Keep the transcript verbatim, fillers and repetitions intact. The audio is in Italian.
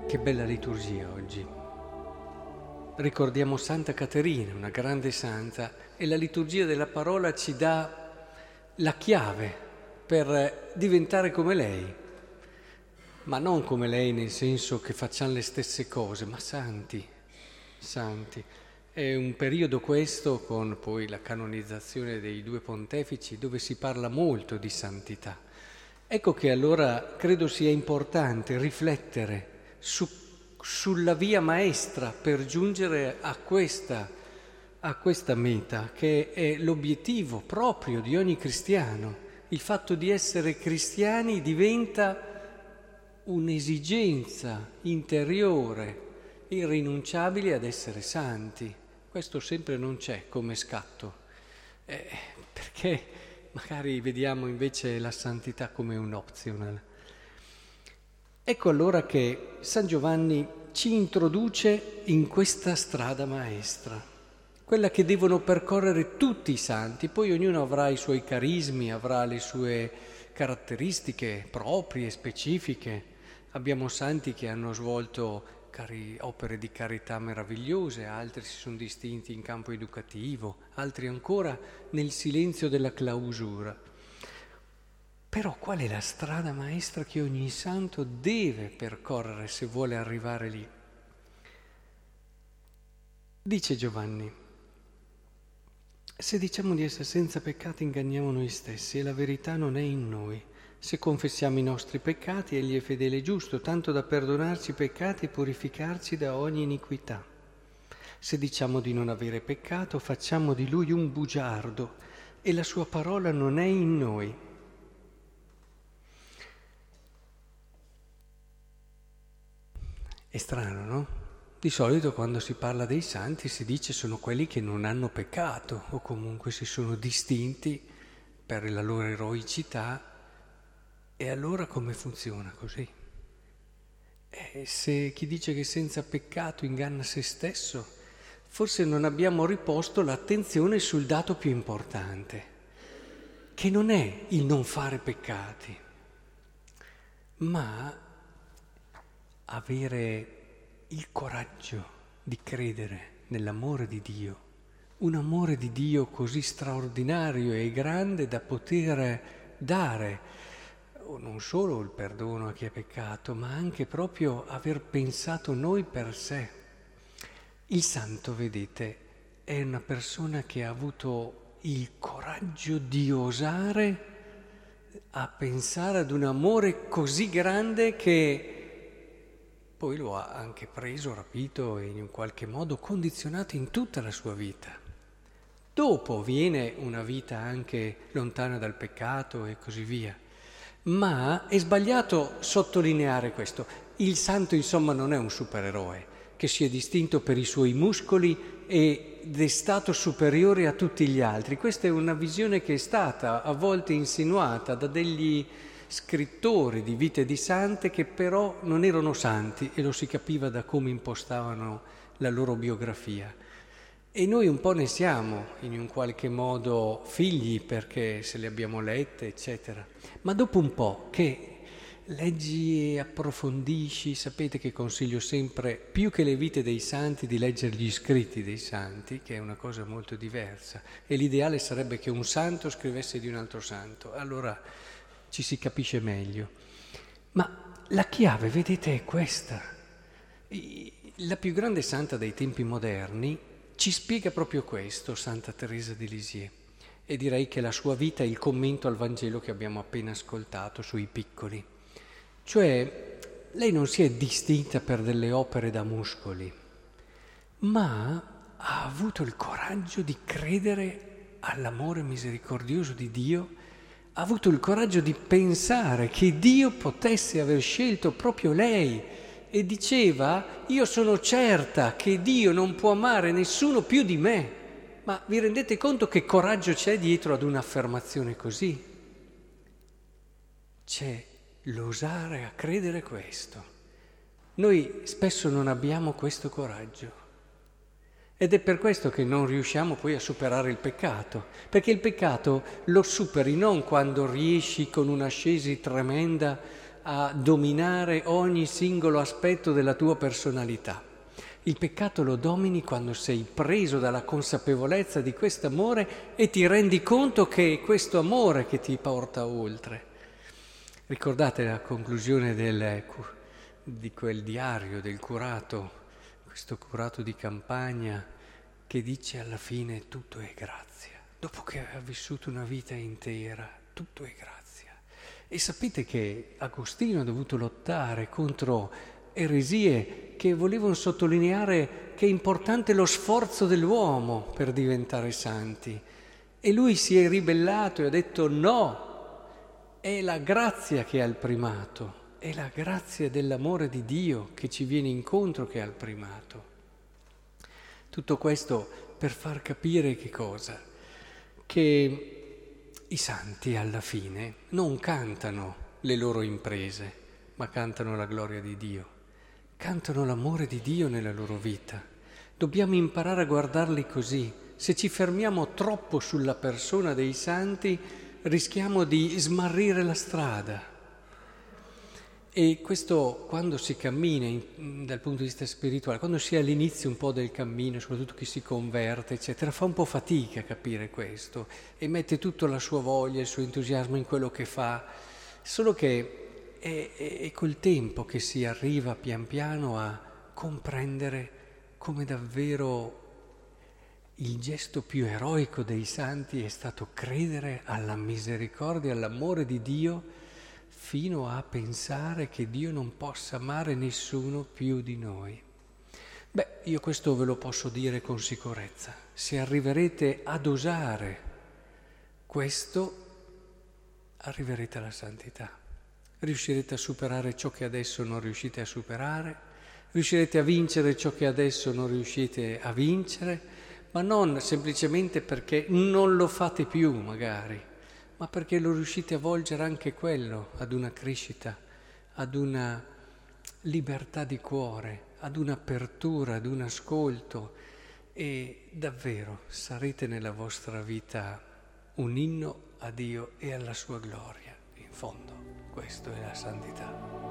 Che bella liturgia oggi. Ricordiamo Santa Caterina, una grande santa, e la liturgia della parola ci dà la chiave per diventare come lei, ma non come lei nel senso che facciamo le stesse cose, ma santi, santi. È un periodo questo, con poi la canonizzazione dei due pontefici, dove si parla molto di santità. Ecco che allora credo sia importante riflettere su, sulla via maestra per giungere a questa, a questa meta, che è l'obiettivo proprio di ogni cristiano. Il fatto di essere cristiani diventa un'esigenza interiore, irrinunciabile ad essere santi. Questo sempre non c'è come scatto, eh, perché magari vediamo invece la santità come un optional. Ecco allora che San Giovanni ci introduce in questa strada maestra, quella che devono percorrere tutti i santi. Poi ognuno avrà i suoi carismi, avrà le sue caratteristiche proprie, specifiche. Abbiamo santi che hanno svolto cari, opere di carità meravigliose, altri si sono distinti in campo educativo, altri ancora nel silenzio della clausura. Però qual è la strada maestra che ogni santo deve percorrere se vuole arrivare lì? Dice Giovanni: se diciamo di essere senza peccati inganniamo noi stessi e la verità non è in noi. Se confessiamo i nostri peccati, Egli è fedele e giusto, tanto da perdonarci i peccati e purificarci da ogni iniquità. Se diciamo di non avere peccato, facciamo di Lui un bugiardo e la Sua parola non è in noi. È strano, no? Di solito quando si parla dei santi si dice sono quelli che non hanno peccato o comunque si sono distinti per la loro eroicità. E allora come funziona così? E se chi dice che senza peccato inganna se stesso, forse non abbiamo riposto l'attenzione sul dato più importante, che non è il non fare peccati, ma avere il coraggio di credere nell'amore di Dio, un amore di Dio così straordinario e grande da poter dare non solo il perdono a chi ha peccato, ma anche proprio aver pensato noi per sé. Il santo, vedete, è una persona che ha avuto il coraggio di osare a pensare ad un amore così grande che poi lo ha anche preso, rapito e in un qualche modo condizionato in tutta la sua vita. Dopo viene una vita anche lontana dal peccato e così via. Ma è sbagliato sottolineare questo. Il santo, insomma, non è un supereroe che si è distinto per i suoi muscoli ed è stato superiore a tutti gli altri. Questa è una visione che è stata a volte insinuata da degli scrittori di vite di sante che però non erano santi e lo si capiva da come impostavano la loro biografia. E noi un po' ne siamo in un qualche modo figli perché se le abbiamo lette, eccetera. Ma dopo un po' che leggi e approfondisci, sapete che consiglio sempre, più che le vite dei santi, di leggere gli scritti dei santi, che è una cosa molto diversa. E l'ideale sarebbe che un santo scrivesse di un altro santo, allora ci si capisce meglio. Ma la chiave, vedete, è questa. La più grande santa dei tempi moderni ci spiega proprio questo, Santa Teresa di Lisieux, e direi che la sua vita è il commento al Vangelo che abbiamo appena ascoltato sui piccoli. Cioè, lei non si è distinta per delle opere da muscoli, ma ha avuto il coraggio di credere all'amore misericordioso di Dio, ha avuto il coraggio di pensare che Dio potesse aver scelto proprio lei, e diceva: io sono certa che Dio non può amare nessuno più di me. Ma vi rendete conto che coraggio c'è dietro ad un'affermazione così? C'è l'osare a credere questo. Noi spesso non abbiamo questo coraggio ed è per questo che non riusciamo poi a superare il peccato, perché il peccato lo superi non quando riesci con un'ascesi tremenda a dominare ogni singolo aspetto della tua personalità. Il peccato lo domini quando sei preso dalla consapevolezza di quest'amore e ti rendi conto che è questo amore che ti porta oltre. Ricordate la conclusione del, di quel diario del curato, questo curato di campagna che dice alla fine tutto è grazia. Dopo che ha vissuto una vita intera, tutto è grazia. E sapete che Agostino ha dovuto lottare contro eresie che volevano sottolineare che è importante lo sforzo dell'uomo per diventare santi. E lui si è ribellato e ha detto no, è la grazia che ha il primato, è la grazia dell'amore di Dio che ci viene incontro che ha il primato. Tutto questo per far capire che cosa? Che i santi alla fine non cantano le loro imprese, ma cantano la gloria di Dio. Cantano l'amore di Dio nella loro vita. Dobbiamo imparare a guardarli così. Se ci fermiamo troppo sulla persona dei santi, rischiamo di smarrire la strada. E questo quando si cammina in, dal punto di vista spirituale, quando si è all'inizio un po' del cammino, soprattutto chi si converte, eccetera, fa un po' fatica a capire questo e mette tutta la sua voglia, il suo entusiasmo in quello che fa. Solo che È, è, è col tempo che si arriva pian piano a comprendere come davvero il gesto più eroico dei santi è stato credere alla misericordia e all'amore di Dio fino a pensare che Dio non possa amare nessuno più di noi. Beh, io questo ve lo posso dire con sicurezza. Se arriverete ad osare questo, arriverete alla santità. Riuscirete a superare ciò che adesso non riuscite a superare, riuscirete a vincere ciò che adesso non riuscite a vincere, ma non semplicemente perché non lo fate più magari, ma perché lo riuscite a volgere anche quello ad una crescita, ad una libertà di cuore, ad un'apertura, ad un ascolto e davvero sarete nella vostra vita un inno a Dio e alla sua gloria, in fondo. Questo è la santità.